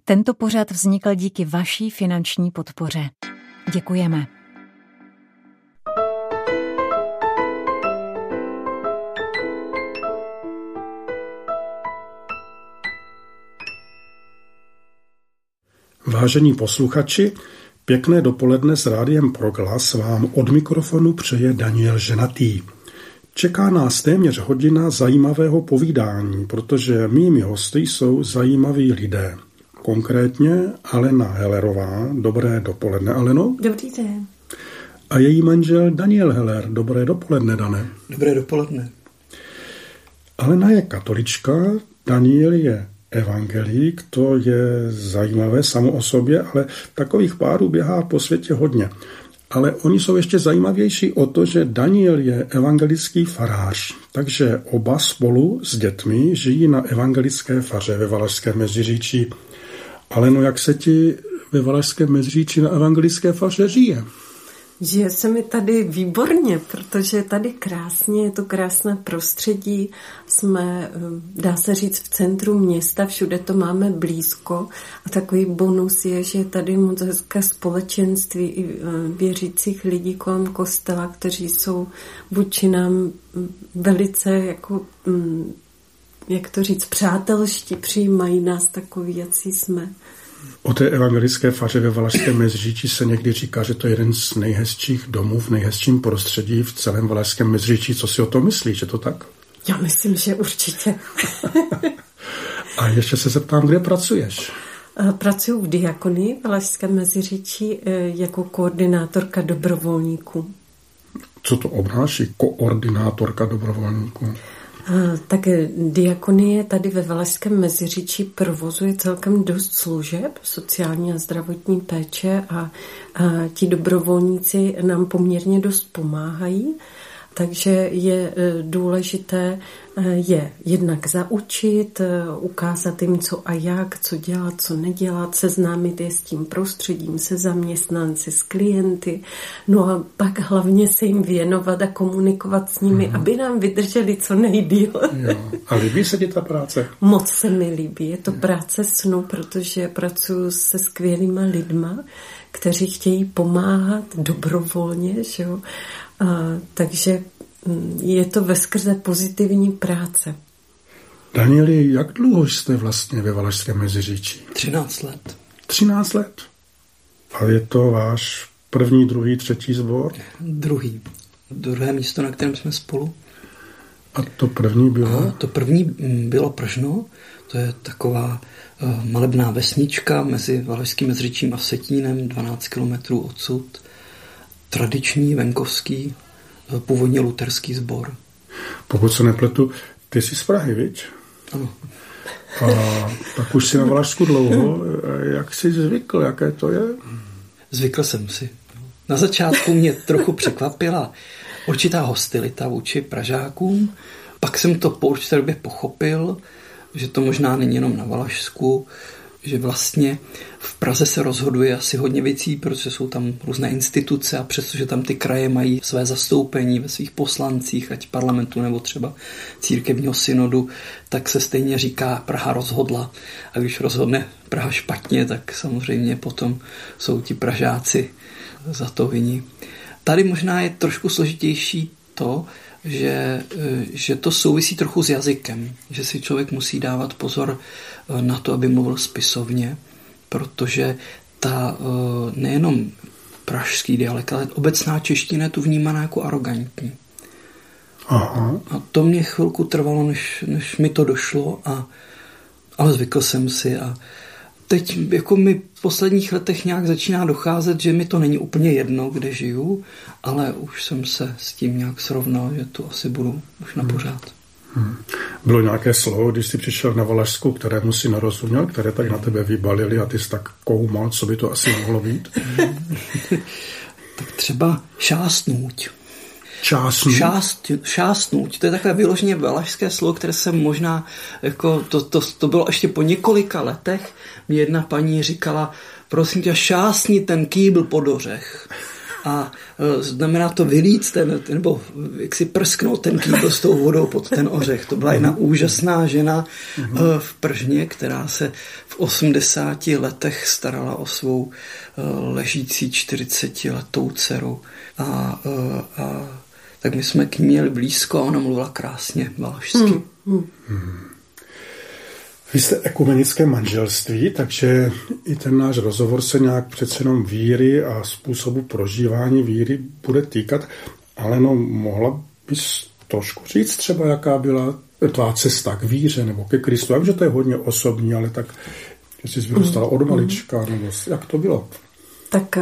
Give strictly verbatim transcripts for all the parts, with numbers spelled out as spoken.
Tento pořad vznikl díky vaší finanční podpoře. Děkujeme. Vážení posluchači, pěkné dopoledne s Rádiem Proglas vám od mikrofonu přeje Daniel Ženatý. Čeká nás téměř hodina zajímavého povídání, protože mými hosty jsou zajímaví lidé. Konkrétně Alena Hellerová. Dobré dopoledne, Aleno. Dobrý den. A její manžel Daniel Heller. Dobré dopoledne, Dane. Dobré dopoledne. Alena je katolička, Daniel je evangelík, to je zajímavé samo o sobě, ale takových párů běhá po světě hodně. Ale oni jsou ještě zajímavější o to, že Daniel je evangelický farář, takže oba spolu s dětmi žijí na evangelické faře ve Valašském Meziříčí. Ale no, jak se ti ve Valašském Meziříčí na evangelické faře žije? Žije se mi tady výborně, protože je tady krásně, je to krásné prostředí, jsme, dá se říct, v centru města, všude to máme blízko a takový bonus je, že je tady moc hezké společenství i věřících lidí kolem kostela, kteří jsou vůči nám velice, jako, jak to říct, přátelští, přijímají nás takový, jací jsme. O té evangelické faře ve Valašském Meziříčí se někdy říká, že to je jeden z nejhezčích domů v nejhezčím prostředí v celém Valašském Meziříčí. Co si o tom myslíš, je to tak? Já myslím, že určitě. A ještě se zeptám, kde pracuješ? Pracuji v diakonii v Valašském Meziříčí jako koordinátorka dobrovolníků. Co to obnáší, koordinátorka dobrovolníků? Tak diakonie tady ve Valašském Meziříčí provozuje celkem dost služeb, sociální a zdravotní péče a, a ti dobrovolníci nám poměrně dost pomáhají. Takže je důležité je jednak zaučit, ukázat jim, co a jak, co dělat, co nedělat, seznámit je s tím prostředím, se zaměstnanci, s klienty, no a pak hlavně se jim věnovat a komunikovat s nimi, mm. aby nám vydrželi co nejdýl. Jo. A líbí se ti ta práce? Moc se mi líbí. Je to práce snu, protože pracuji se skvělýma lidma, kteří chtějí pomáhat dobrovolně, že jo? A, takže je to veskrze pozitivní práce. Danieli, jak dlouho jste vlastně ve Valašském Meziříčí? Třináct let. Třináct let? A je to váš první, druhý, třetí sbor? Druhý. Druhé místo, na kterém jsme spolu. A to první bylo? A to první bylo Pržno. To je taková uh, malebná vesnička mezi Valašským Meziříčím a Vsetínem, dvanáct kilometrů odsud. Tradiční venkovský původně luterský sbor. Pokud se nepletu, ty jsi z Prahy, viď? Ano. A tak už jsi na Valašsku dlouho. Jak jsi zvykl, jaké to je? Zvykl jsem si. Na začátku mě trochu překvapila určitá hostilita vůči Pražákům. Pak jsem to po určité době pochopil, že to možná není jenom na Valašsku, že vlastně v Praze se rozhoduje asi hodně věcí, protože jsou tam různé instituce a přestože tam ty kraje mají své zastoupení ve svých poslancích, ať parlamentu nebo třeba církevního synodu, tak se stejně říká Praha rozhodla. A když rozhodne Praha špatně, tak samozřejmě potom jsou ti Pražáci za to vinni. Tady možná je trošku složitější to, že, že to souvisí trochu s jazykem, že si člověk musí dávat pozor na to, aby mluvil spisovně, protože ta nejenom pražský dialekt, ale obecná čeština je tu vnímaná jako arrogantní. Aha. A to mě chvilku trvalo, než, než mi to došlo, a, ale zvykl jsem si a teď jako mi v posledních letech nějak začíná docházet, že mi to není úplně jedno, kde žiju, ale už jsem se s tím nějak srovnal, že tu asi budu už na pořád. Hmm. Bylo nějaké slovo, když jsi přišel na Valašsku, kterému si nerozuměl, které tak na tebe vybalili a ty jsi tak koumal, co by to asi mohlo být? Tak třeba šástnouť. Čásnout? Šást, šástnout. To je takové vyloženě valašské slovo, které se možná, jako to, to, to bylo ještě po několika letech, mě jedna paní říkala, prosím tě, šásni ten kýbl pod ořech. a znamená to vylít ten, nebo jak si prsknout ten kýbl s tou vodou pod ten ořech. To byla jedna úžasná žena v Pržně, která se v osmdesáti letech starala o svou ležící čtyřicetiletou dceru. A, a tak my jsme k ní měli blízko a ona mluvila krásně valašsky. Hmm. Hmm. Hmm. Vy jste ekumenické manželství, takže i ten náš rozhovor se nějak přece jenom víry a způsobu prožívání víry bude týkat, ale no, mohla bys trošku říct třeba, jaká byla tvá cesta k víře nebo ke Kristu. Já vím, že to je hodně osobní, ale tak, jestli jsi vyrůstala od malička, nebo jak to bylo? Tak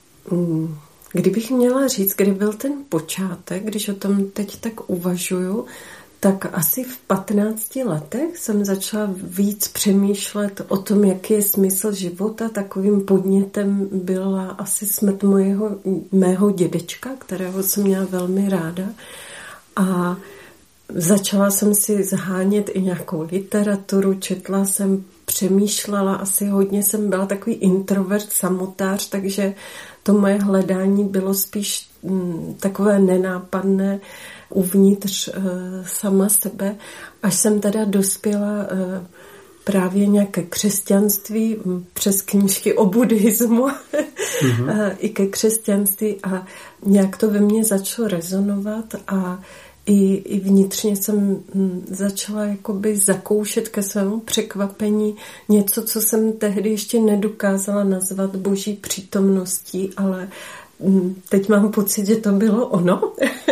kdybych měla říct, kdy byl ten počátek, když o tom teď tak uvažuju, tak asi v patnácti letech jsem začala víc přemýšlet o tom, jaký je smysl života. Takovým podnětem byla asi smrt mojeho, mého dědečka, kterého jsem měla velmi ráda. A začala jsem si zhánět i nějakou literaturu, četla jsem, přemýšlela, asi hodně jsem byla takový introvert, samotář, takže to moje hledání bylo spíš m, takové nenápadné, uvnitř e, sama sebe, až jsem teda dospěla e, právě nějaké křesťanství m, přes knížky o buddhismu mm-hmm. e, i ke křesťanství a nějak to ve mně začalo rezonovat a i, i vnitřně jsem m, začala jakoby zakoušet ke svému překvapení něco, co jsem tehdy ještě nedokázala nazvat boží přítomností, ale m, teď mám pocit, že to bylo ono.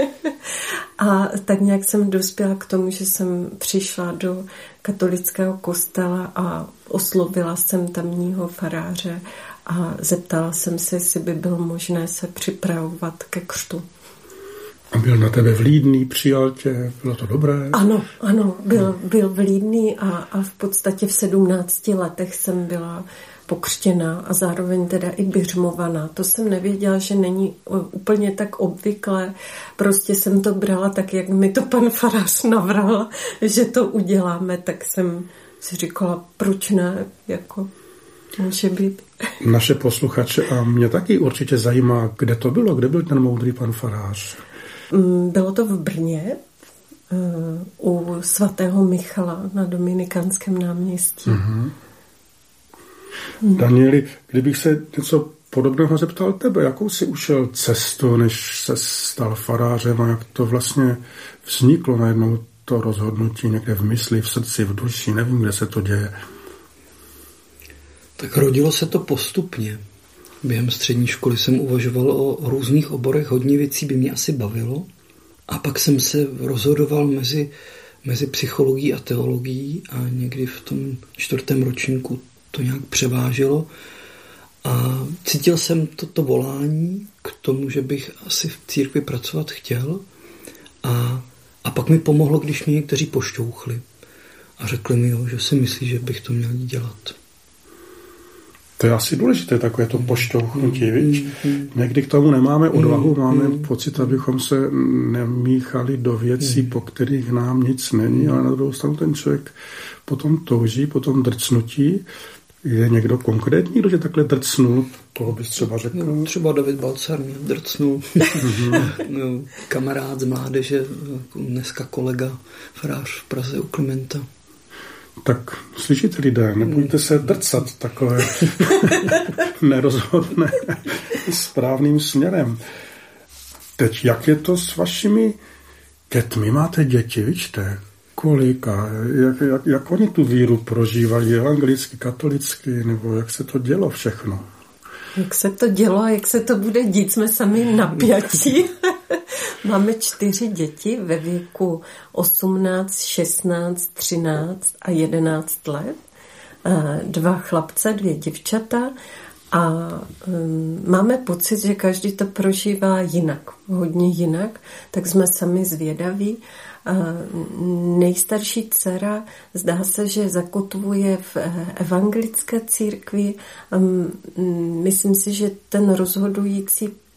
A tak nějak jsem dospěla k tomu, že jsem přišla do katolického kostela a oslovila jsem tamního faráře a zeptala jsem se, jestli by bylo možné se připravovat ke křtu. A byl na tebe vlídný, přijal tě, bylo to dobré? Ano, ano, byl, byl vlídný a, a v podstatě v sedmnácti letech jsem byla pokřtěná a zároveň teda i biřmovaná. To jsem nevěděla, že není úplně tak obvyklé. Prostě jsem to brala tak, jak mi to pan farář navrhl, že to uděláme, tak jsem si říkala, proč ne, jako může být. Naše posluchače a mě taky určitě zajímá, kde to bylo, kde byl ten moudrý pan farář. Bylo to v Brně, u svatého Michala na Dominikánském náměstí. Mm-hmm. Danieli, kdybych se něco podobného zeptal tebe, jakou jsi ušel cestu, než se stal farářem a jak to vlastně vzniklo najednou to rozhodnutí někde v mysli, v srdci, v duši, nevím, kde se to děje. Tak rodilo se to postupně. Během střední školy jsem uvažoval o různých oborech, hodně věcí by mě asi bavilo. A pak jsem se rozhodoval mezi, mezi psychologií a teologií a někdy v tom čtvrtém ročníku to nějak převážilo. A cítil jsem toto volání k tomu, že bych asi v církvi pracovat chtěl. A, a pak mi pomohlo, když mě někteří pošťouchli a řekli mi, jo, že si myslí, že bych to měl dělat. To je asi důležité, takové to pošťouchnutí, víš? Někdy k tomu nemáme odvahu, máme pocit, abychom se nemíchali do věcí, po kterých nám nic není, ale na druhou stranu ten člověk potom touží, potom drcnutí. Je někdo konkrétní, kdo tě takhle drcnul? Toho bys třeba řekl? No, třeba David Balcar mě drcnul. no, kamarád z mládeže, dneska kolega, farář v Praze u Klimenta. Tak slyšíte lidé, nebojte se drcat takové nerozhodné správným směrem. Teď, jak je to s vašimi dětmi? Máte děti, víte? Kolik a jak, jak, jak oni tu víru prožívají? Evangelicky, katolicky, nebo jak se to dělo všechno? Jak se to dělo a jak se to bude dít, jsme sami napjatí. Máme čtyři děti ve věku osmnáct, šestnáct, třináct a jedenáct let. Dva chlapce, dvě děvčata a um, máme pocit, že každý to prožívá jinak, hodně jinak, tak jsme sami zvědaví. Uh, nejstarší dcera zdá se, že zakotvuje v evangelické církvi. Um, myslím si, že ten rozhodující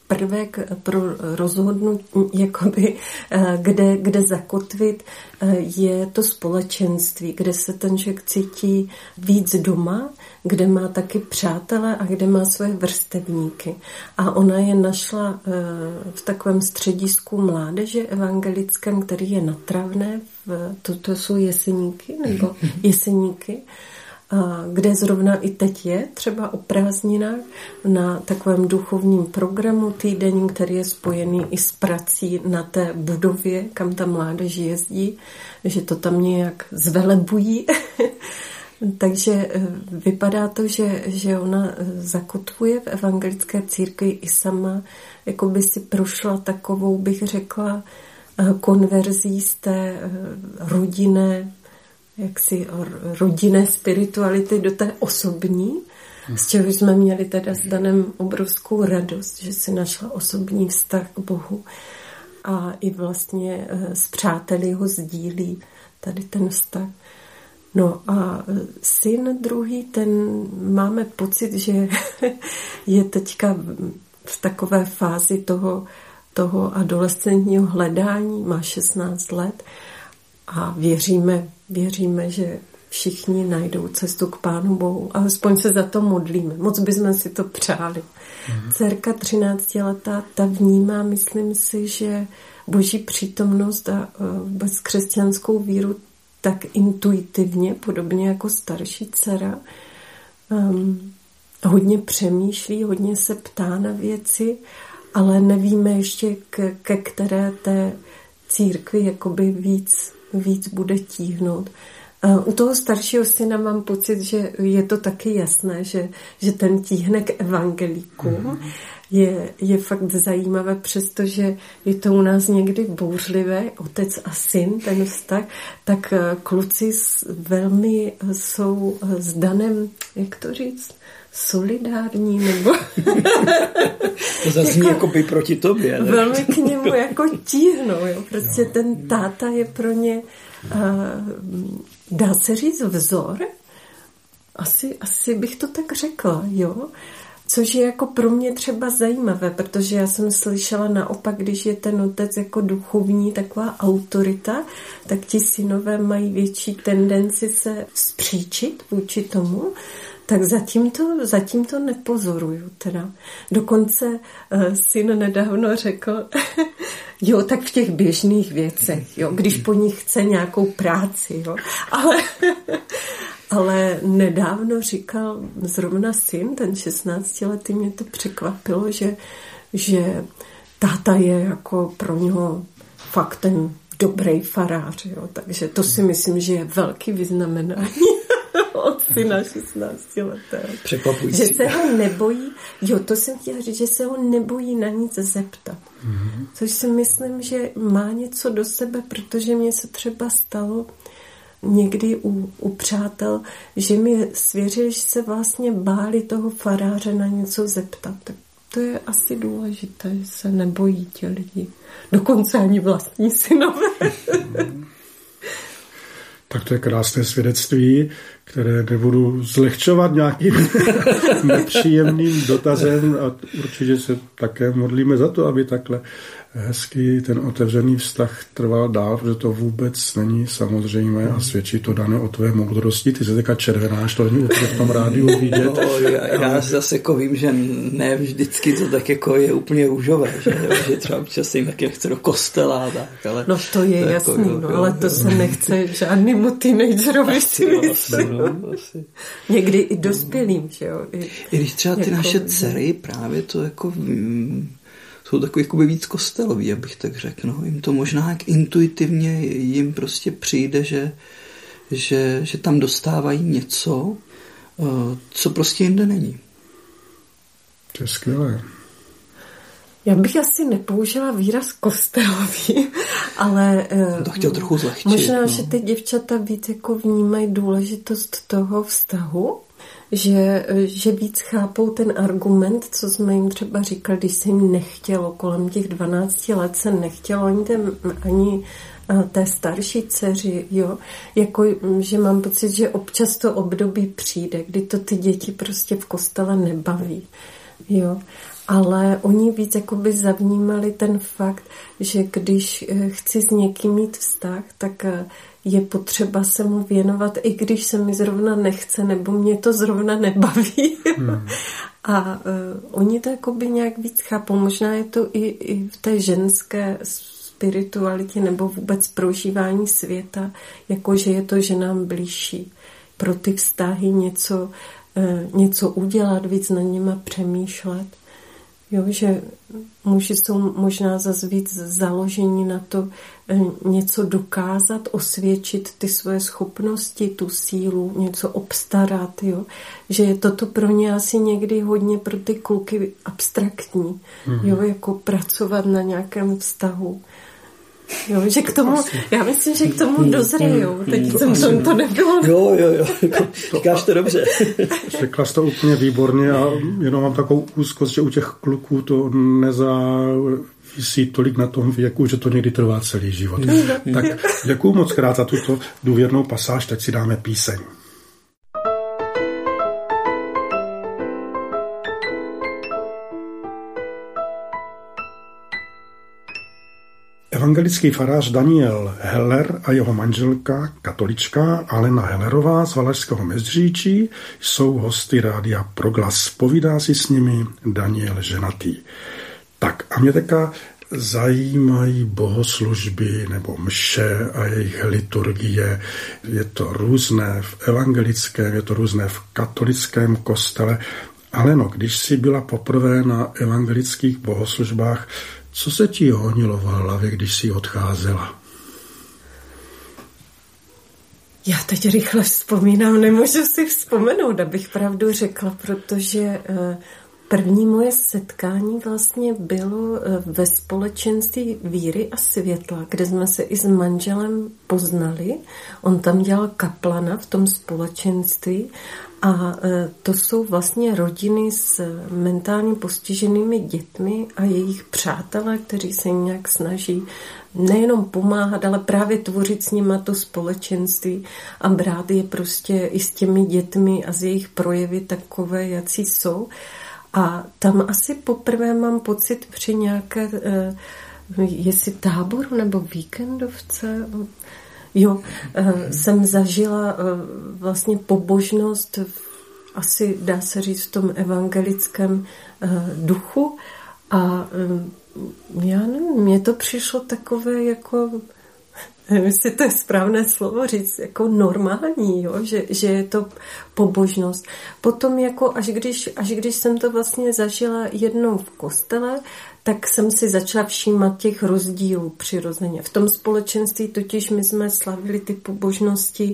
prvek pro rozhodnutí, jakoby, kde, kde zakotvit, je to společenství, kde se ten člověk cítí víc doma, kde má taky přátele a kde má své vrstevníky. A ona je našla v takovém středisku mládeže evangelickém, který je na Travné, v, to, to jsou Jeseníky, nebo Jeseníky, a kde zrovna i teď je, třeba o prázdninách, na takovém duchovním programu týdenním, který je spojený i s prací na té budově, kam ta mládež jezdí, že to tam nějak zvelebují. Takže vypadá to, že, že ona zakotvuje v evangelické církvi i sama, jako by si prošla takovou, bych řekla, konverzí z té rodinné, jaksi rodinné spirituality do té osobní, z čeho jsme měli teda s Danem obrovskou radost, že si našla osobní vztah k Bohu a i vlastně s přáteli ho sdílí tady ten vztah. No a syn druhý, ten máme pocit, že je teďka v takové fázi toho, toho adolescentního hledání, má šestnáct let a věříme, věříme, že všichni najdou cestu k Pánu Bohu. Alespoň se za to modlíme. Moc bychom si to přáli. Mm. Dcerka třináctiletá, ta vnímá, myslím si, že Boží přítomnost a vůbec křesťanskou víru tak intuitivně, podobně jako starší dcera. Um, hodně přemýšlí, hodně se ptá na věci, ale nevíme ještě, ke, ke které té církvi jakoby víc, víc bude tíhnout. Uh, u toho staršího syna mám pocit, že je to taky jasné, že, že ten tíhne k evangelíkům. Mm. Je, je fakt zajímavé, přestože je to u nás někdy bouřlivé, otec a syn, ten vztah, tak kluci velmi jsou s Danem, jak to říct, solidární, nebo... To zazní jako, jako by proti tobě. Ne? Velmi k němu jako tíhnou, jo. Prostě no. Ten táta je pro ně, uh, dá se říct, vzor. Asi, asi bych to tak řekla, jo. Což je jako pro mě třeba zajímavé, protože já jsem slyšela naopak, když je ten otec jako duchovní, taková autorita, tak ti synové mají větší tendenci se vzpříčit vůči tomu, tak zatím to, zatím to nepozoruju teda. Dokonce uh, syn nedávno řekl, jo, tak v těch běžných věcech, jo, když po nich chce nějakou práci, jo, ale... Ale nedávno říkal zrovna syn, ten šestnáctiletý, mě to překvapilo, že, že táta je jako pro něho fakt ten dobrý farář. Jo? Takže to si myslím, že je velký vyznamenání od syna šestnáctiletého. Překvapující. Že se ho nebojí, jo, to jsem chtěla říct, že se ho nebojí na nic zeptat. Mm-hmm. Což si myslím, že má něco do sebe, protože mně se třeba stalo někdy u, u přátel, že mi svěřili, že se vlastně báli toho faráře na něco zeptat. Tak to je asi důležité, že se nebojí ti lidi. Dokonce ani vlastní synové. Tak to je krásné svědectví, které nebudu zlehčovat nějakým nepříjemným dotazem a určitě se také modlíme za to, aby takhle hezky ten otevřený vztah trval dál, protože to vůbec není samozřejmé a svědčí to, Dane, o tvé moudrosti. Ty se teďka červenáš, to není úplně v tom rádiu vidět. No, já, já zase jako vím, že ne vždycky to tak jako je úplně růžové, že, že třeba občas jim taky nechce do kostela. Tak, ale no to je to jasný, jako, no, jo, ale to jo, se jo. nechce žádnému teenagerovi si myslím. No, někdy i dospělým, že jo. I, I když třeba ty jako, naše dcery právě to jako... Mm, jsou takový jakoby víc kostelový, abych tak řekl. No, jim to možná jak intuitivně jim prostě přijde, že, že, že tam dostávají něco, co prostě jinde není. To je skvělé. Já bych asi nepoužila výraz kostelový, ale... Jsem to chtěl trochu zlehčit. Možná, no. že ty děvčata víc jako vnímají důležitost toho vztahu, že, že víc chápou ten argument, co jsme jim třeba říkali, když se jim nechtělo, kolem těch dvanácti let se nechtělo ani, ten, ani té starší dceři, jo, jako, že mám pocit, že občas to období přijde, kdy to ty děti prostě v kostele nebaví. Jo, ale oni víc jakoby zavnímali ten fakt, že když chci s někým mít vztah, tak je potřeba se mu věnovat, i když se mi zrovna nechce, nebo mě to zrovna nebaví. Hmm. A uh, oni to jakoby nějak víc chápou. Možná je to i, i v té ženské spiritualitě nebo vůbec prožívání světa, jako že je to ženám blížší. Pro ty vztahy něco, uh, něco udělat, víc na něma přemýšlet. Jo, že muži jsou možná zase víc založení na to něco dokázat, osvědčit ty svoje schopnosti, tu sílu, něco obstarat, jo. Že je toto pro ně asi někdy hodně pro ty kluky abstraktní, mm-hmm. jo, jako pracovat na nějakém vztahu. Jo, že k tomu, já myslím, že k tomu dozřejou. Teď to jsem asi, to nebylo. Jo, jo, jo, říkáš to dobře. Řekla jsi to úplně výborně a jenom mám takovou úzkost, že u těch kluků to nezávisí tolik na tom věku, že to někdy trvá celý život. Tak děkuju moc krát za tuto důvěrnou pasáž, teď si dáme píseň. Evangelický farář Daniel Heller a jeho manželka, katolička Alena Hellerová z Valašského Meziříčí jsou hosty Rádia Proglas. Povídá si s nimi Daniel Ženatý. Tak a mě teďka zajímají bohoslužby nebo mše a jejich liturgie. Je to různé v evangelickém, je to různé v katolickém kostele. Ale no, když jsi byla poprvé na evangelických bohoslužbách, co se ti honilo v hlavě, když jsi odcházela? Já teď rychle vzpomínám, nemůžu si vzpomenout, abych pravdu řekla, protože první moje setkání vlastně bylo ve společenství víry a světla, kde jsme se i s manželem poznali. On tam dělal kaplana v tom společenství a to jsou vlastně rodiny s mentálně postiženými dětmi a jejich přátelé, kteří se nějak snaží nejenom pomáhat, ale právě tvořit s nima to společenství a brát je prostě i s těmi dětmi a z jejich projevy takové, jací jsou. A tam asi poprvé mám pocit při nějaké, jestli táboru nebo víkendovce, jo, jsem zažila vlastně pobožnost asi dá se říct v tom evangelickém duchu a já nevím, mně to přišlo takové jako, nevím, jestli to je správné slovo říct, jako normální, jo? Že, že je to pobožnost. Potom jako až když, až když jsem to vlastně zažila jednou v kostele, tak jsem si začala všímat těch rozdílů přirozeně. V tom společenství totiž my jsme slavili ty pobožnosti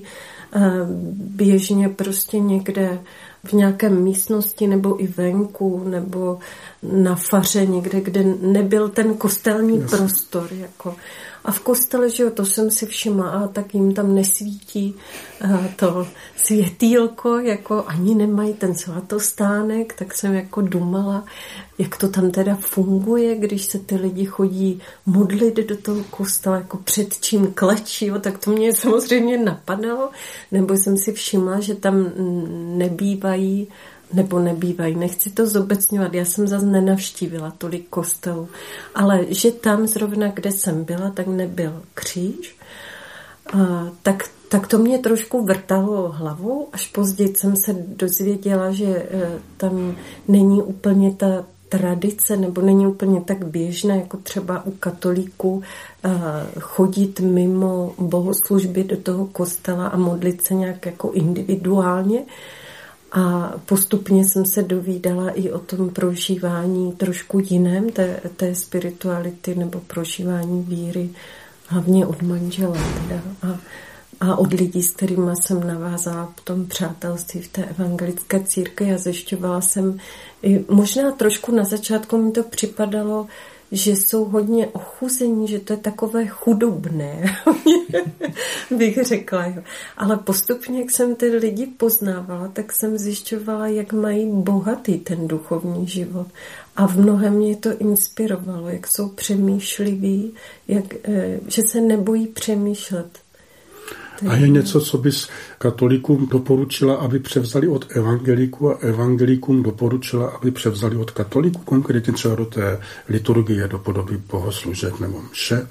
běžně prostě někde v nějaké místnosti nebo i venku, nebo na faře někde, kde nebyl ten kostelní yes. prostor. Jako. A v kostele, že jo, to jsem si všimla, a tak jim tam nesvítí to světýlko, jako ani nemají ten svatostánek, tak jsem jako dumala, jak to tam teda funguje, když se ty lidi chodí modlit do toho kostela, jako před čím klečí, jo, tak to mě samozřejmě napadalo, nebo jsem si všimla, že tam nebývají nebo nebývají, nechci to zobecňovat, já jsem zase nenavštívila tolik kostelů, ale že tam zrovna, kde jsem byla, tak nebyl kříž, a, tak, tak to mě trošku vrtalo hlavou, až později jsem se dozvěděla, že e, tam není úplně ta tradice, nebo není úplně tak běžné, jako třeba u katolíků e, chodit mimo bohoslužby do toho kostela a modlit se nějak jako individuálně. A postupně jsem se dovídala i o tom prožívání trošku jiném, té, té spirituality nebo prožívání víry, hlavně od manžela teda, a, a od lidí, s kterými jsem navázala v tom přátelství v té evangelické církvi a zjišťovala jsem, i, možná trošku na začátku mi to připadalo, že jsou hodně ochuzení, že to je takové chudobné, bych řekla. Jo. Ale postupně, jak jsem ty lidi poznávala, tak jsem zjišťovala, jak mají bohatý ten duchovní život. A v mnohem mě to inspirovalo, jak jsou přemýšliví, jak, že se nebojí přemýšlet. A je něco, co bys katolikům doporučila, aby převzali od evangeliků a evangelikům doporučila, aby převzali od katoliků, konkrétně třeba do té liturgie, do podoby bohoslužeb nebo mše?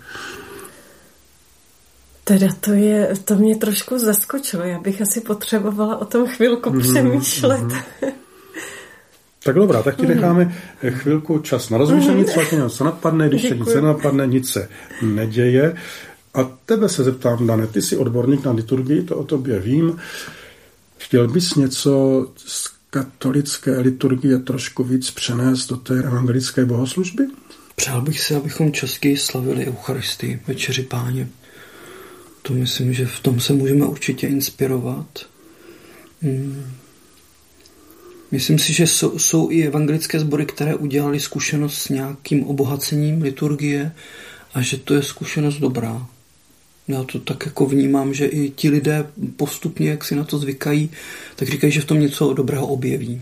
Teda to je, to mě trošku zaskočilo. Já bych asi potřebovala o tom chvilku mm, přemýšlet. Mm. Tak dobrá, tak ti necháme chvilku čas na rozmýšlení, třeba co napadne, když se nic nenapadne, nic se neděje. A tebe se zeptám, Dane, ty jsi odborník na liturgii, to o tobě vím. Chtěl bys něco z katolické liturgie trošku víc přenést do té evangelické bohoslužby? Přál bych si, abychom častěji slavili Eucharistii, Večeři Páně. To myslím, že v tom se můžeme určitě inspirovat. Hmm. Myslím si, že jsou, jsou i evangelické sbory, které udělali zkušenost s nějakým obohacením liturgie a že to je zkušenost dobrá. Já to tak jako vnímám, že i ti lidé postupně, jak si na to zvykají, tak říkají, že v tom něco dobrého objeví.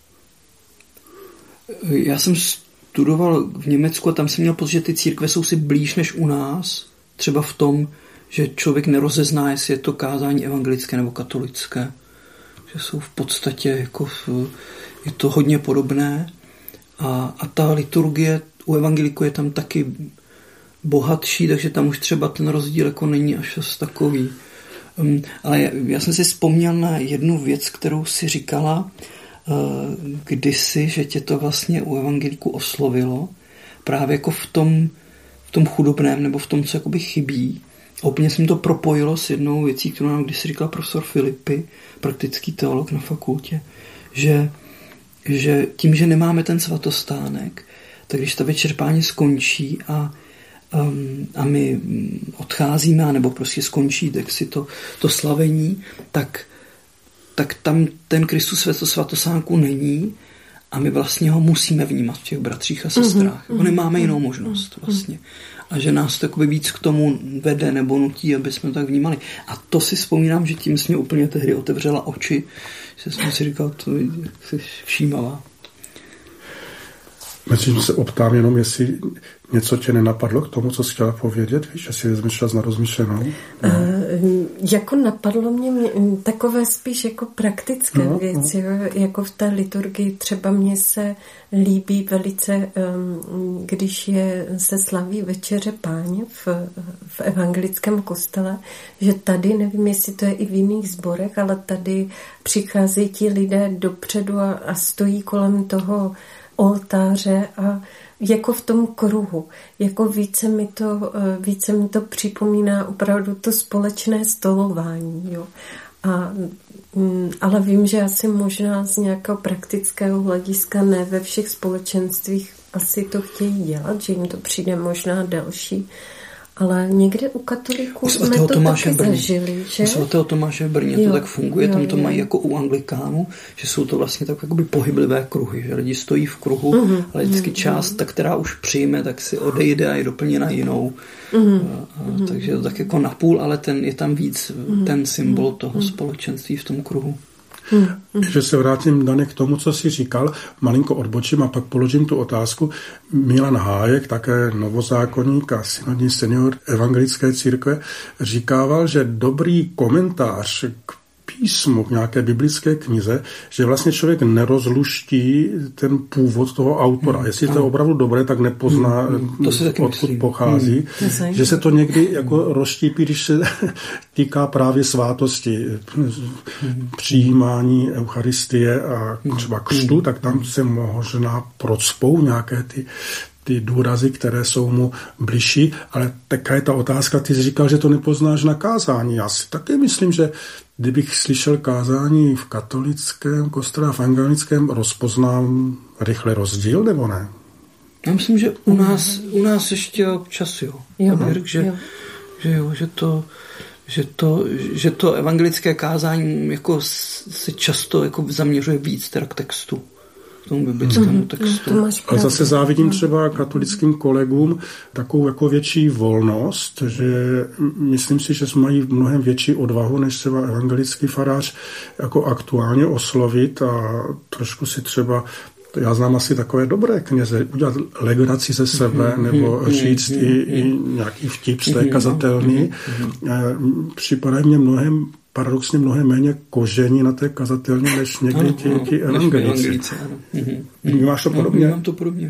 Já jsem studoval v Německu a tam jsem měl pocit, že ty církve jsou si blíž než u nás, třeba v tom, že člověk nerozezná, jestli je to kázání evangelické nebo katolické. Že jsou v podstatě jako je to hodně podobné a, a ta liturgie u evangeliku je tam taky bohatší, takže tam už třeba ten rozdíl jako není až takový. Um, ale já, já jsem si vzpomněl na jednu věc, kterou si říkala uh, kdysi, že tě to vlastně u evangeliku oslovilo, právě jako v tom, v tom chudobném nebo v tom, co jakoby chybí. A úplně jsem to propojilo s jednou věcí, kterou nám kdysi říkal profesor Filipy, praktický teolog na fakultě, že, že tím, že nemáme ten svatostánek, tak když ta Večeře Páně skončí a, um, a my odcházíme, nebo prostě skončí tak si to, to slavení, tak, tak tam ten Kristus ve svatosánku není a my vlastně ho musíme vnímat v těch bratřích a sestrách. Mm-hmm. Nemáme jinou možnost vlastně. A že nás to jakoby víc k tomu vede nebo nutí, aby jsme tak vnímali. A to si vzpomínám, že tím jsi mě úplně tehdy otevřela oči, že jsem si říkal, to jsi všímavá. Myslím, že se optám jenom, jestli něco tě nenapadlo k tomu, co jsi chtěla povědět, víš, jestli vezmeš čas na rozmyšlenou. No. Uh, jako napadlo mě, mě takové spíš jako praktické no, věci, no. Jako v té liturgii třeba mně se líbí velice, um, když je, se slaví Večeře Páně v, v evangelickém kostele, že tady, nevím, jestli to je i v jiných sborech, ale tady přicházejí ti lidé dopředu a, a stojí kolem toho oltáře a jako v tom kruhu, jako více mi to, více mi to připomíná opravdu to společné stolování, jo. A, ale vím, že asi možná z nějakého praktického hlediska ne ve všech společenstvích asi to chtějí dělat, že jim to přijde možná delší. Ale někde u katoliků jsme to taky zažili, že? U svatého Tomáše v Brně jo, to tak funguje, jo, tam to jo. Mají jako u anglikánů, že jsou to vlastně tak jakoby pohyblivé kruhy, že lidi stojí v kruhu, uh-huh, ale vždycky uh-huh. část, ta, která už přijme, tak si odejde a je doplněna jinou. Uh-huh, a, a, uh-huh. Takže je to tak jako napůl, ale ten, je tam víc uh-huh, ten symbol toho uh-huh. společenství v tom kruhu. Hmm. Že se vrátím, Dane, k tomu, co jsi říkal, malinko odbočím a pak položím tu otázku. Milan Hájek, také novozákonník a synodní senior evangelické církve, říkával, že dobrý komentář k písmu, k nějaké biblické knize, že vlastně člověk nerozluští ten původ toho autora. Hmm. Jestli to je opravdu dobré, tak nepozná, hmm. odkud myslím. pochází. Hmm. Že se to někdy jako rozštípí, když se týká právě svátosti, hmm. přijímání Eucharistie a třeba křtu, tak tam se možná procpou nějaké ty ty důrazy, které jsou mu bližší, ale taká je ta otázka, ty jsi říkal, že to nepoznáš na kázání. Já si taky myslím, že kdybych slyšel kázání v katolickém kostele a v evangelickém, rozpoznám rychle rozdíl, nebo ne? Já myslím, že u nás, u nás ještě občas jo. jo, řekl, že, jo. Že, jo, že, to, že, to, že to evangelické kázání jako se často jako zaměřuje víc teda k textu. K tomu biblickému textu. A zase závidím třeba katolickým kolegům takovou jako větší volnost, že myslím si, že mají mnohem větší odvahu, než třeba evangelický farář jako aktuálně oslovit a trošku si třeba To já znám asi takové dobré kněze, udělat legraci ze sebe, nebo říct i, i nějaký vtip z té kazatelny. Připadají mě mnohem, paradoxně mnohem méně kožení na té kazatelně, než někdy ti, ti evangelíci. Máš to podobně? Mám to podobně.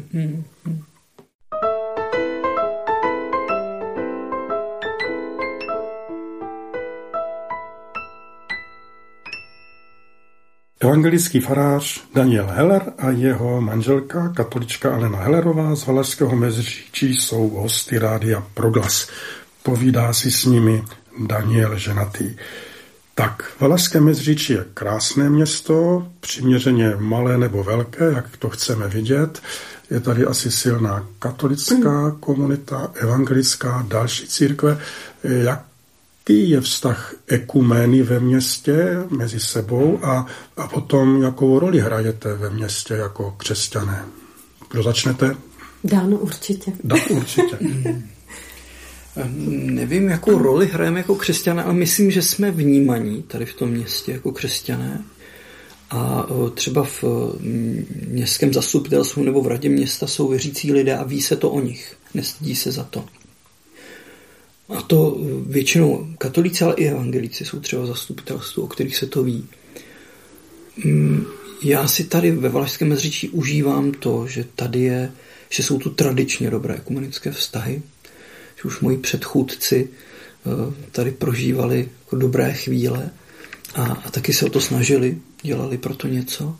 Evangelický farář Daniel Heller a jeho manželka, katolička Alena Hellerová z Valašského Meziříčí, jsou hosty Rádia Proglas. Povídá si s nimi Daniel Ženatý. Tak, Valašské Meziříčí je krásné město, přiměřeně malé nebo velké, jak to chceme vidět. Je tady asi silná katolická komunita, evangelická, další církve. Jak Jaký je vztah ekumény ve městě mezi sebou a, a potom jakou roli hrajete ve městě jako křesťané? Kdo začnete? Dáno určitě. Dá určitě. Nevím, jakou roli hrajeme jako křesťané, ale myslím, že jsme vnímaní tady v tom městě jako křesťané. A třeba v městském zastupitelstvu nebo v radě města jsou věřící lidé a ví se to o nich. Nestydí se za to. A to většinou katolíci, ale i evangelíci jsou třeba v zastupitelstvu, o kterých se to ví. Já si tady ve Valašském Meziříčí užívám to, že tady je, že jsou tu tradičně dobré ekumenické vztahy, že už moji předchůdci tady prožívali jako dobré chvíle a, a taky se o to snažili, dělali pro to něco.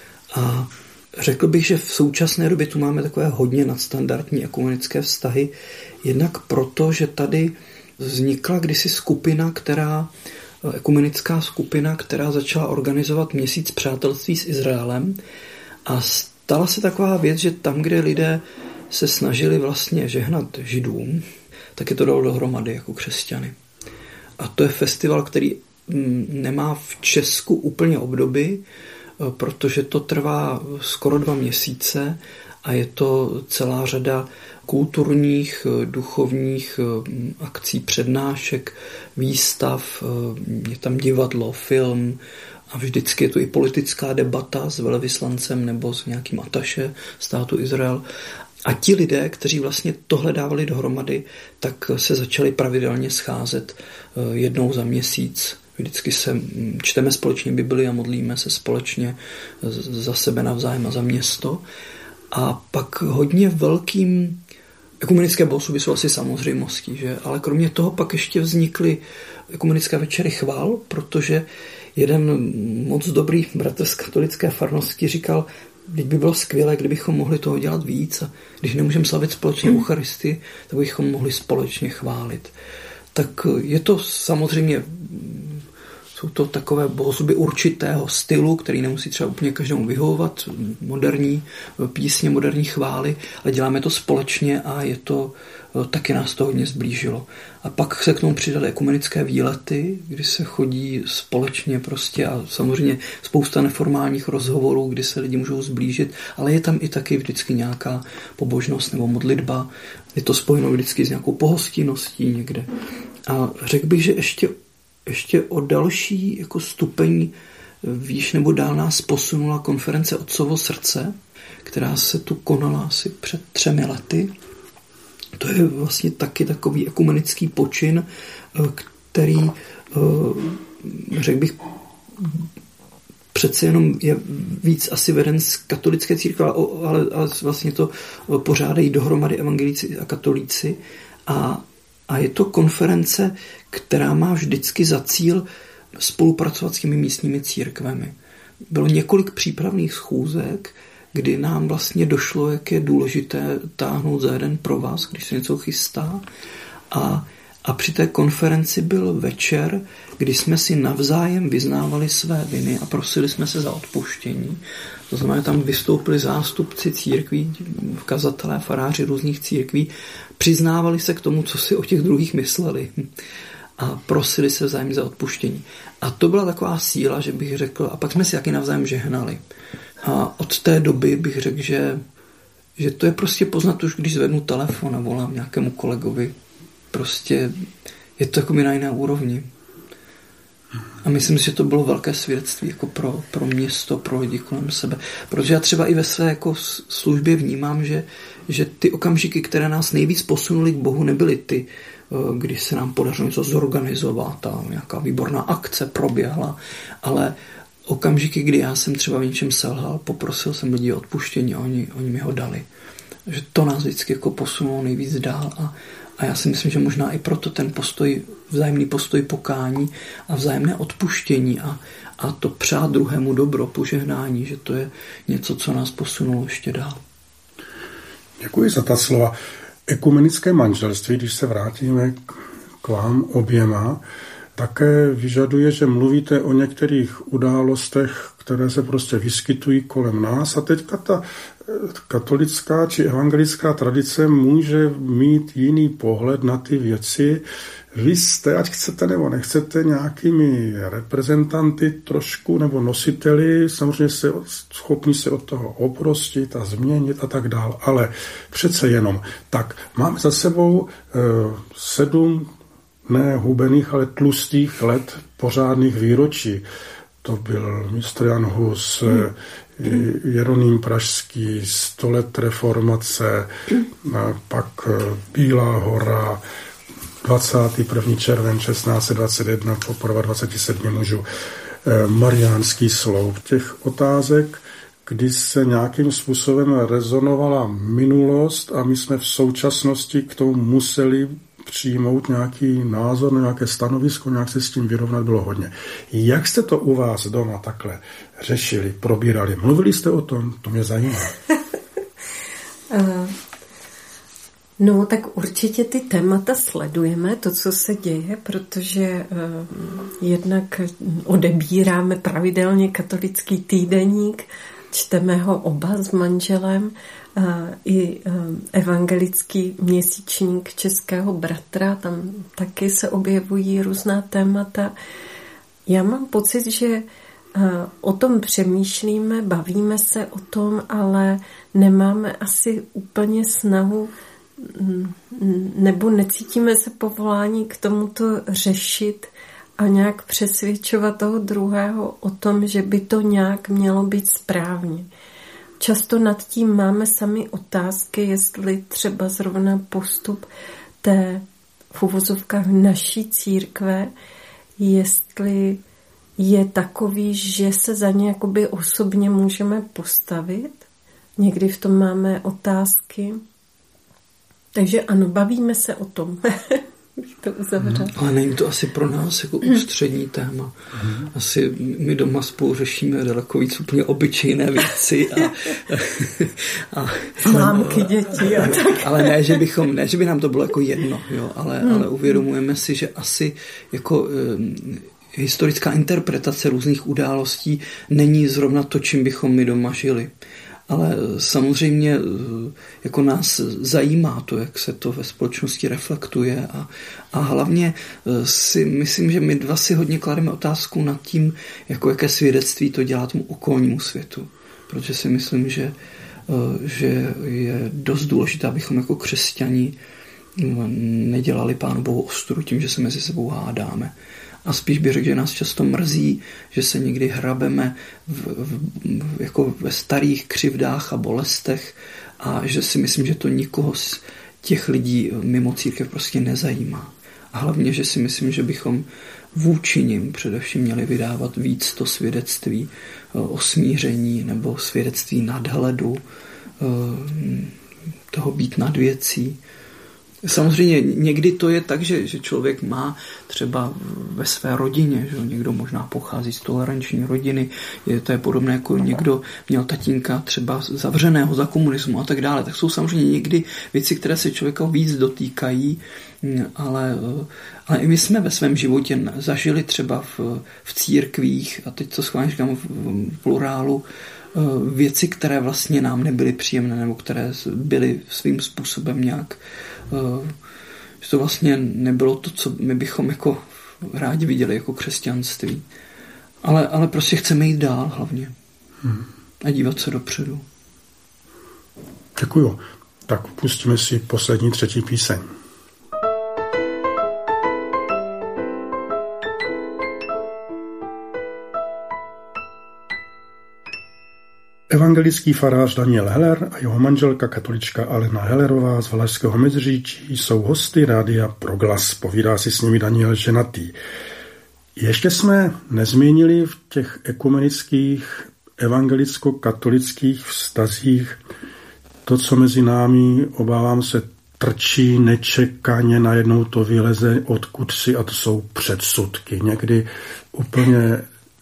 A řekl bych, že v současné době tu máme takové hodně nadstandardní ekumenické vztahy, jednak proto, že tady vznikla kdysi skupina, která, ekumenická skupina, která začala organizovat měsíc přátelství s Izraelem a stala se taková věc, že tam, kde lidé se snažili vlastně žehnat Židům, tak je to dalo dohromady jako křesťany. A to je festival, který nemá v Česku úplně obdoby, protože to trvá skoro dva měsíce a je to celá řada kulturních, duchovních akcí, přednášek, výstav, je tam divadlo, film a vždycky je to i politická debata s velvyslancem nebo s nějakým ataše státu Izrael. A ti lidé, kteří vlastně tohle dávali dohromady, tak se začali pravidelně scházet jednou za měsíc. Vždycky se čteme společně Bibli a modlíme se společně za sebe navzájem a za město. A pak hodně velkým ekumenické bohoslužby jsou asi samozřejmostí, že? Ale kromě toho pak ještě vznikly ekumenické večery chvál, protože jeden moc dobrý bratr z katolické farnosti říkal, teď by bylo skvělé, kdybychom mohli toho dělat víc a když nemůžeme slavit společně Eucharistii, tak bychom mohli společně chválit. Tak je to samozřejmě, jsou to takové bohoslužby určitého stylu, který nemusí třeba úplně každému vyhovovat, moderní písně, moderní chvály, ale děláme to společně a je to, taky nás to hodně zblížilo. A pak se k tomu přidaly ekumenické výlety, kdy se chodí společně prostě a samozřejmě spousta neformálních rozhovorů, kdy se lidi můžou zblížit, ale je tam i taky vždycky nějaká pobožnost nebo modlitba. Je to spojeno vždycky s nějakou pohostinností někde. A řekl bych, že ještě Ještě o další jako stupeň výš nebo dál nás posunula konference Otcovo srdce, která se tu konala asi před třemi lety. To je vlastně taky takový ekumenický počin, který, řekl bych, přece jenom je víc asi veden z katolické církve, ale, ale vlastně to pořádají dohromady evangelíci a katolíci. A A je to konference, která má vždycky za cíl spolupracovat s těmi místními církvemi. Bylo několik přípravných schůzek, kdy nám vlastně došlo, jak je důležité táhnout za jeden provaz, když se něco chystá. A, a při té konferenci byl večer, kdy jsme si navzájem vyznávali své viny a prosili jsme se za odpuštění. To znamená, tam vystoupili zástupci církví, kazatelé, faráři různých církví, přiznávali se k tomu, co si o těch druhých mysleli a prosili se vzájemně za odpuštění. A to byla taková síla, že bych řekl, a pak jsme si taky navzájem žehnali. A od té doby bych řekl, že, že to je prostě poznat už, když zvednu telefon a volám nějakému kolegovi. Prostě je to jako mi na jiné úrovni. A myslím si, že to bylo velké svědectví jako pro, pro město, pro lidi kolem sebe. Protože já třeba i ve své jako službě vnímám, že, že ty okamžiky, které nás nejvíc posunuly k Bohu, nebyly ty, když se nám podařilo něco zorganizovat a nějaká výborná akce proběhla, ale okamžiky, kdy já jsem třeba v něčem selhal, poprosil jsem lidi o odpuštění a oni, oni mi ho dali. Že to nás vždycky jako posunulo nejvíc dál a, a já si myslím, že možná i proto ten postoj, vzájemný postoj pokání a vzájemné odpuštění a, a to přát druhému dobro, požehnání, že to je něco, co nás posunulo ještě dál. Děkuji za ta slova. Ekumenické manželství, když se vrátíme k vám oběma, také vyžaduje, že mluvíte o některých událostech, které se prostě vyskytují kolem nás a teďka ta katolická či evangelická tradice může mít jiný pohled na ty věci. Vy jste, ať chcete nebo nechcete, nějakými reprezentanty trošku nebo nositeli, samozřejmě se schopni se od toho oprostit a změnit a tak dál, ale přece jenom. Tak máme za sebou eh, sedm ne hubených, ale tlustých let pořádných výročí. To byl mistr Jan Hus, hmm. Jeroným Pražský, sto let reformace, a pak Bílá hora, dvacátého prvního července šestnáct set dvacet jedna, poprava dvacet sedm mužů, Mariánský sloup. Těch otázek, kdy se nějakým způsobem rezonovala minulost a my jsme v současnosti k tomu museli přijmout nějaký názor, nějaké stanovisko, nějak se s tím vyrovnat, bylo hodně. Jak jste to u vás doma takhle řešili, probírali? Mluvili jste o tom? To mě zajímá. No, tak určitě ty témata sledujeme, to, co se děje, protože uh, jednak odebíráme pravidelně katolický týdeník, čteme ho oba s manželem, uh, i uh, evangelický měsíčník Českého bratra, tam taky se objevují různá témata. Já mám pocit, že uh, o tom přemýšlíme, bavíme se o tom, ale nemáme asi úplně snahu nebo necítíme se povolání k tomuto řešit a nějak přesvědčovat toho druhého o tom, že by to nějak mělo být správně. Často nad tím máme sami otázky, jestli třeba zrovna postup té v uvozovkách naší církve, jestli je takový, že se za ně jakoby osobně můžeme postavit. Někdy v tom máme otázky. Takže ano, bavíme se o tom. To uzavřel. Ale není to asi pro nás jako ústřední téma. Asi my doma spolu řešíme daleko víc úplně obyčejné věci. A, a, Mámky, děti a tak. Ale ne, že bychom, ne, že by nám to bylo jako jedno, jo, ale, hmm. ale uvědomujeme si, že asi jako um, historická interpretace různých událostí není zrovna to, čím bychom my doma žili. Ale samozřejmě jako nás zajímá to, jak se to ve společnosti reflektuje a, a hlavně si myslím, že my dva si hodně klademe otázku nad tím, jako jaké svědectví to dělá tomu okolnímu světu. Protože si myslím, že, že je dost důležité, abychom jako křesťani nedělali Pánu Bohu ostudu tím, že se mezi sebou hádáme. A spíš bych řekl, že nás často mrzí, že se někdy hrabeme v, v, jako ve starých křivdách a bolestech a že si myslím, že to nikoho z těch lidí mimo církev prostě nezajímá. A hlavně, že si myslím, že bychom vůči nim především měli vydávat víc to svědectví o smíření nebo svědectví nadhledu, toho být nad věcí. Samozřejmě někdy to je tak, že, že člověk má třeba ve své rodině, že někdo možná pochází z toleranční rodiny, je, to je podobné jako někdo měl tatínka třeba zavřeného za komunismu a tak dále. Tak jsou samozřejmě někdy věci, které se člověka víc dotýkají, ale, ale i my jsme ve svém životě zažili třeba v, v církvích, a teď to schválně říkám v plurálu, věci, které vlastně nám nebyly příjemné nebo které byly svým způsobem nějak, že to vlastně nebylo to, co my bychom jako rádi viděli jako křesťanství. Ale, ale prostě chceme jít dál hlavně hmm. a dívat se dopředu. Děkuju. Tak pustíme si poslední třetí píseň. Evangelický farář Daniel Heller a jeho manželka katolička Alena Hellerová z Valašského Meziříčí jsou hosty Rádia Proglas. Povídá si s nimi Daniel Ženatý. Ještě jsme nezmínili v těch ekumenických evangelicko-katolických vztazích to, co mezi námi, obávám se, trčí nečekaně, najednou to vyleze odkud si, a to jsou předsudky. Někdy úplně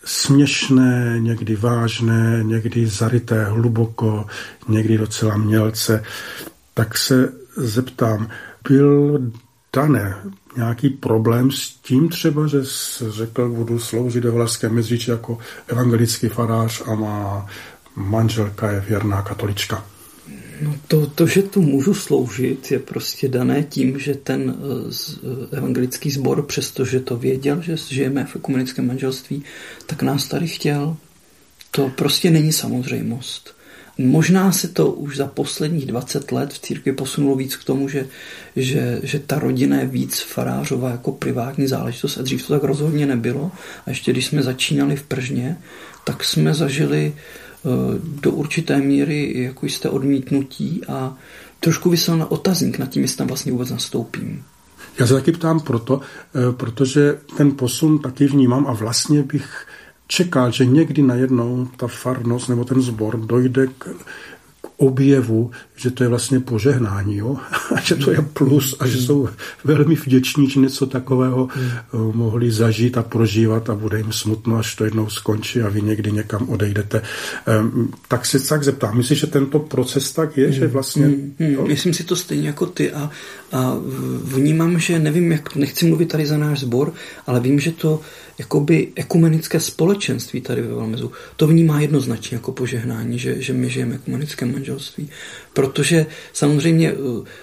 směšné, někdy vážné, někdy zaryté hluboko, někdy docela mělce. Tak se zeptám, byl, Dané, nějaký problém s tím třeba, že jsi řekl, budu sloužit ve Valašském Meziříčí jako evangelický farář a má manželka je věrná katolička? No to, to, že tu můžu sloužit, je prostě dané tím, že ten evangelický sbor, přestože to věděl, že žijeme v ekumenickém manželství, tak nás tady chtěl. To prostě není samozřejmost. Možná se to už za posledních dvacet let v církvi posunulo víc k tomu, že, že, že ta rodina je víc farářová jako privátní záležitost, a dřív to tak rozhodně nebylo. A ještě když jsme začínali v Pržně, tak jsme zažili do určité míry jako jisté odmítnutí a trošku vysel na otazník nad tím, jestli tam vlastně vůbec nastoupím. Já se taky ptám proto, protože ten posun taky vnímám a vlastně bych čekal, že někdy najednou ta farnost nebo ten sbor dojde k, k objevu, že to je vlastně požehnání, jo? A že to je plus a že jsou velmi vděční, že něco takového mm. mohli zažít a prožívat a bude jim smutno, až to jednou skončí a vy někdy někam odejdete. Um, tak se tak zeptám, myslíš, že tento proces tak je, mm. že vlastně... Mm. Mm. Myslím si to stejně jako ty a, a vnímám, že nevím, jak, nechci mluvit tady za náš sbor, ale vím, že to jakoby ekumenické společenství tady ve Valmezu, to vnímá jednoznačně jako požehnání, že, že my žijeme v ekumenickém manželství. Protože samozřejmě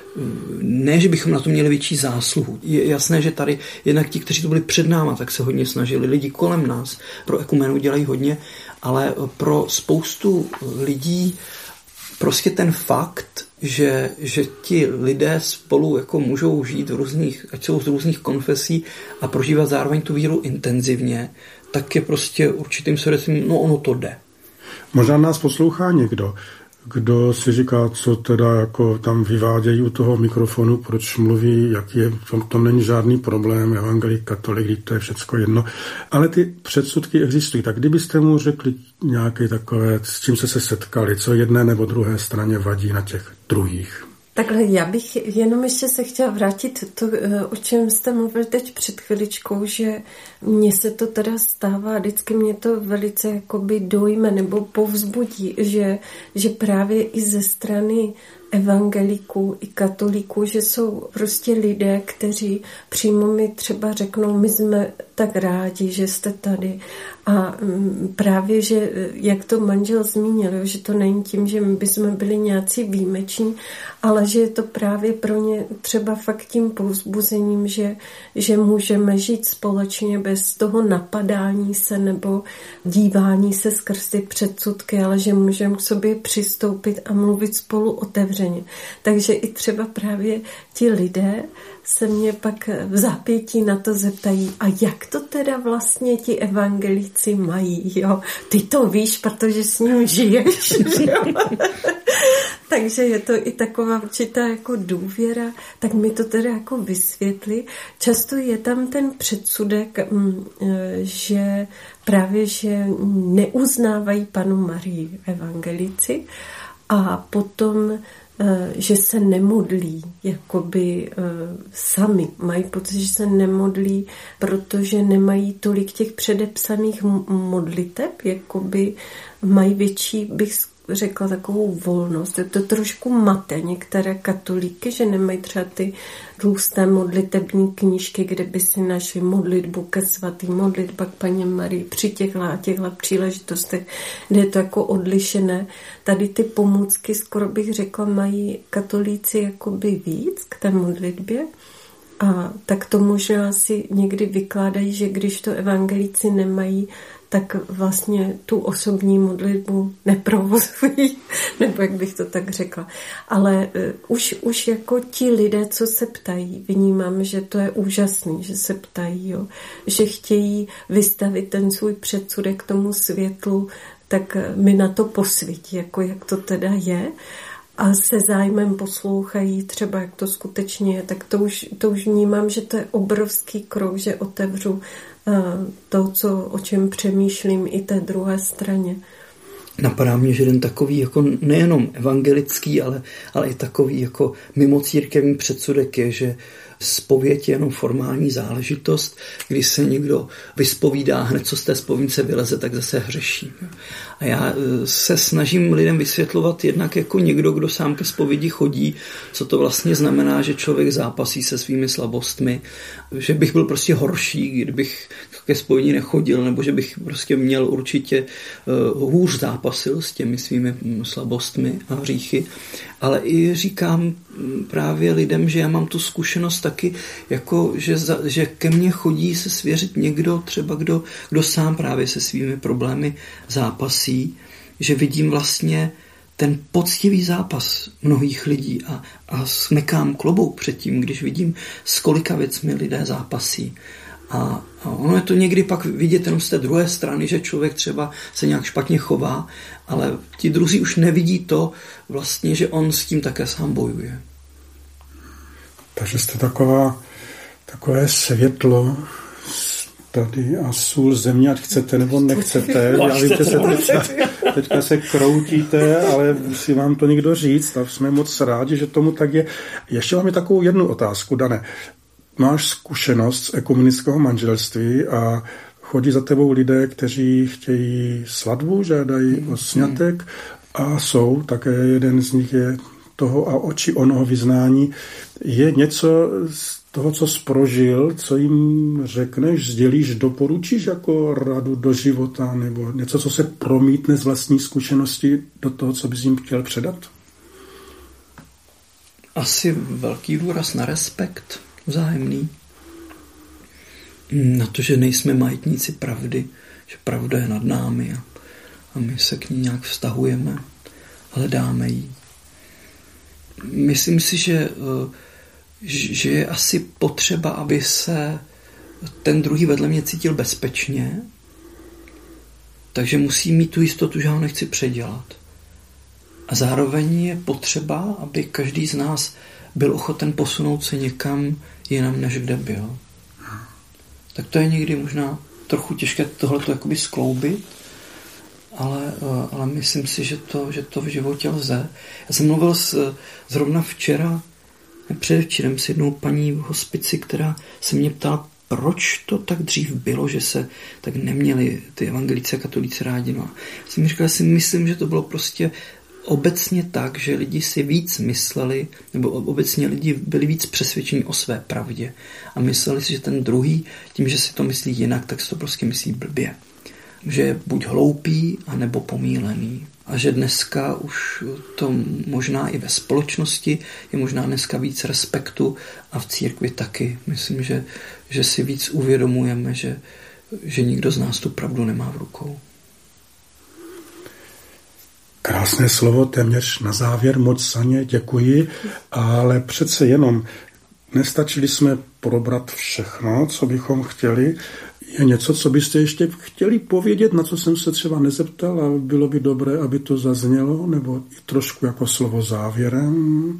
ne, že bychom na to měli větší zásluhu. Je jasné, že tady jednak ti, kteří to byli před náma, tak se hodně snažili. Lidi kolem nás pro ekumenu dělají hodně, ale pro spoustu lidí prostě ten fakt, že, že ti lidé spolu jako můžou žít v různých, ať jsou z různých konfesí a prožívat zároveň tu víru intenzivně, tak je prostě určitým svědectvím, no ono to jde. Možná nás poslouchá někdo, kdo si říká, co teda jako tam vyvádějí u toho mikrofonu, proč mluví, jak je, to, to není žádný problém, evangelik, katolik, to je všecko jedno. Ale ty předsudky existují. Tak kdybyste mu řekli nějaké takové, s čím se se setkali, co jedné nebo druhé straně vadí na těch druhých? Takhle já bych jenom ještě se chtěla vrátit to, o čem jste mluvili teď před chviličkou, že mně se to teda stává, vždycky mě to velice jakoby dojme nebo povzbudí, že, že právě i ze strany evangeliků i katolíků, že jsou prostě lidé, kteří přímo mi třeba řeknou, my jsme tak rádi, že jste tady. A právě, že jak to manžel zmínil, že to není tím, že my bychom byli nějací výjimeční, ale že je to právě pro ně třeba fakt tím povzbuzením, že, že můžeme žít společně bez toho napadání se nebo dívání se skrz ty předsudky, ale že můžeme k sobě přistoupit a mluvit spolu otevřeně. Takže i třeba právě ti lidé se mě pak v zápětí na to zeptají, a jak to teda vlastně ti evangelíci mají, jo? Ty to víš, protože s ním žiješ, jo? Takže je to i taková určitá jako důvěra, tak mi to teda jako vysvětli. Často je tam ten předsudek, že právě, že neuznávají Pannu Marii evangelici a potom že se nemodlí, jakoby sami. Mají pocit, že se nemodlí, protože nemají tolik těch předepsaných modliteb, jakoby mají větší, bych řekla, takovou volnost. Je to trošku mate některé katolíky, že nemají třeba ty tlusté modlitební knížky, kde by si našli modlitbu ke svatý, modlitba k Paně Marii při těchto a těchto příležitostech, kde je to jako odlišené. Tady ty pomůcky, skoro bych řekla, mají katolíci jakoby víc k té modlitbě. A tak to možná si někdy vykládají, že když to evangelíci nemají, tak vlastně tu osobní modlitbu neprovozují, nebo jak bych to tak řekla. Ale uh, už, už jako ti lidé, co se ptají, vnímám, že to je úžasný, že se ptají, jo? Že chtějí vystavit ten svůj předsudek tomu světlu tak mi na to posvítí, jako jak to teda je. A se zájmem poslouchají třeba, jak to skutečně je, tak to už, to už vnímám, že to je obrovský krok, že otevřu to, co, o čem přemýšlím, i té druhé straně. Napadá mě, že jeden takový jako nejenom evangelický, ale, ale i takový jako mimo církevní předsudek je, že zpověď je jenom formální záležitost, když se někdo vyspovídá, hned co z té zpovědnice vyleze, tak zase hřeší. A já se snažím lidem vysvětlovat jednak jako někdo, kdo sám ke zpovědi chodí, co to vlastně znamená, že člověk zápasí se svými slabostmi, že bych byl prostě horší, kdybych ke zpovědi nechodil, nebo že bych prostě měl určitě hůř zápasil s těmi svými slabostmi a hříchy. Ale i říkám právě lidem, že já mám tu zkušenost taky, jako že, za, že ke mně chodí se svěřit někdo, třeba kdo, kdo sám právě se svými problémy zápasí, že vidím vlastně ten poctivý zápas mnohých lidí a, a smekám klobouk před tím, když vidím, s kolika věcmi lidé zápasí. A, a ono je to někdy pak vidět jenom z té druhé strany, že člověk třeba se nějak špatně chová, ale ti druzí už nevidí to vlastně, že on s tím také sám bojuje. Takže jste taková, takové světlo tady a sůl země, ať chcete nebo nechcete. Já vím, že se teďka, teďka se kroutíte, ale musí vám to někdo říct a jsme moc rádi, že tomu tak je. Ještě mám je takovou jednu otázku, Dané. Máš zkušenost z ekumenického manželství a chodí za tebou lidé, kteří chtějí svatbu, žádají o sňatek a jsou, také jeden z nich je toho a oči onoho vyznání. Je něco z toho, co jsi prožil, co jim řekneš, sdělíš, doporučíš jako radu do života, nebo něco, co se promítne z vlastní zkušenosti do toho, co bys jim chtěl předat? Asi velký důraz na respekt vzájemný. Na to, že nejsme majetníci pravdy, že pravda je nad námi a, a my se k ní nějak vztahujeme, hledáme ji. Myslím si, že, že je asi potřeba, aby se ten druhý vedle mě cítil bezpečně, takže musí mít tu jistotu, že ho nechci předělat. A zároveň je potřeba, aby každý z nás byl ochoten posunout se někam jinam, než kde byl. Tak to je někdy možná trochu těžké tohleto jakoby skloubit, ale, ale myslím si, že to, že to v životě lze. Já jsem mluvil s, zrovna včera, předevčírem s jednou paní v hospici, která se mě ptala, proč to tak dřív bylo, že se tak neměli ty evangelíci a katolíci rádi. No. Já jsem říkal, já si myslím, že to bylo prostě obecně tak, že lidi si víc mysleli, nebo obecně lidi byli víc přesvědčeni o své pravdě a mysleli si, že ten druhý, tím, že si to myslí jinak, tak si to prostě myslí blbě. Že je buď hloupý, anebo pomílený. A že dneska už to možná i ve společnosti je možná dneska víc respektu a v církvi taky. Myslím, že, že si víc uvědomujeme, že, že nikdo z nás tu pravdu nemá v rukou. Krásné slovo, téměř na závěr, moc za ně děkuji, ale přece jenom nestačili jsme probrat všechno, co bychom chtěli. Je něco, co byste ještě chtěli povědět, na co jsem se třeba nezeptal a bylo by dobré, aby to zaznělo, nebo i trošku jako slovo závěrem?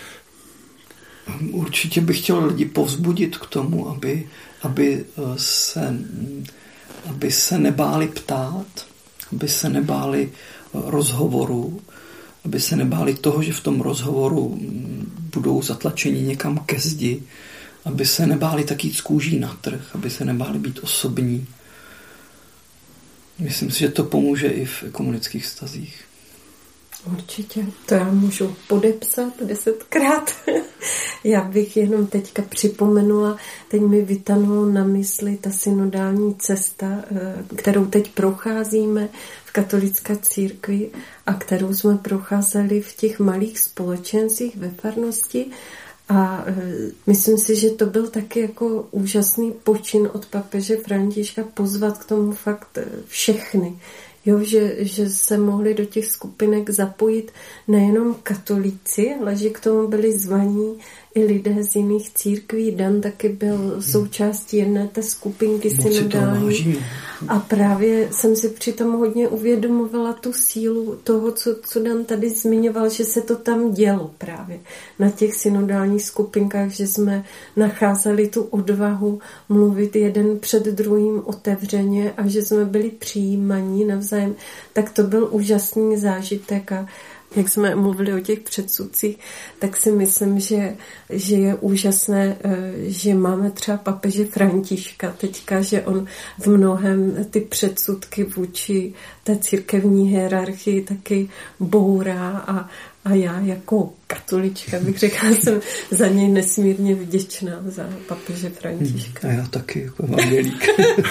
Určitě bych chtěl lidi povzbudit k tomu, aby, aby, se, aby se nebáli ptát, aby se nebáli rozhovoru, aby se nebáli toho, že v tom rozhovoru budou zatlačeni někam ke zdi, aby se nebáli tak jít z kůží na trh, aby se nebáli být osobní. Myslím si, že to pomůže i v komunických vztazích. Určitě, to já můžu podepsat desetkrát. Já bych jenom teďka připomenula, teď mi vytanulo na mysli ta synodální cesta, kterou teď procházíme v katolické církvi a kterou jsme procházeli v těch malých společenstvích ve farnosti. A myslím si, že to byl taky jako úžasný počin od papeže Františka pozvat k tomu fakt všechny. Jo, že, že se mohli do těch skupinek zapojit nejenom katolíci, ale že k tomu byli zvaní i lidé z jiných církví. Dan taky byl součástí jedné té skupinky synodální. A právě jsem si přitom hodně uvědomovala tu sílu toho, co, co Dan tady zmiňoval, že se to tam dělo právě na těch synodálních skupinkách, že jsme nacházeli tu odvahu mluvit jeden před druhým otevřeně a že jsme byli přijímaní navzájem. Tak to byl úžasný zážitek a jak jsme mluvili o těch předsudcích, tak si myslím, že, že je úžasné, že máme třeba papeže Františka teďka, že on v mnohem ty předsudky vůči té církevní hierarchii taky bourá a, a já jako katolička bych řekla, jsem za něj nesmírně vděčná, za papeže Františka. A já taky jako evangelík.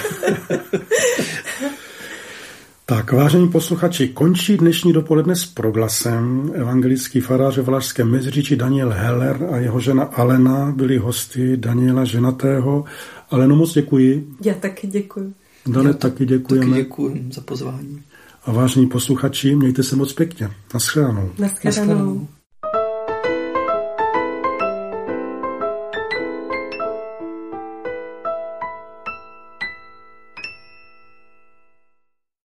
Tak, vážení posluchači, končí dnešní dopoledne s proglasem. Evangelický farář ve Valašském Meziříčí Daniel Heller a jeho žena Alena byli hosty Daniela ženatého. Aleno, moc děkuji. Já taky děkuji. Dane, taky děkujeme. Taky děkuji za pozvání. A vážení posluchači, mějte se moc pěkně. Naschledanou. Naschledanou.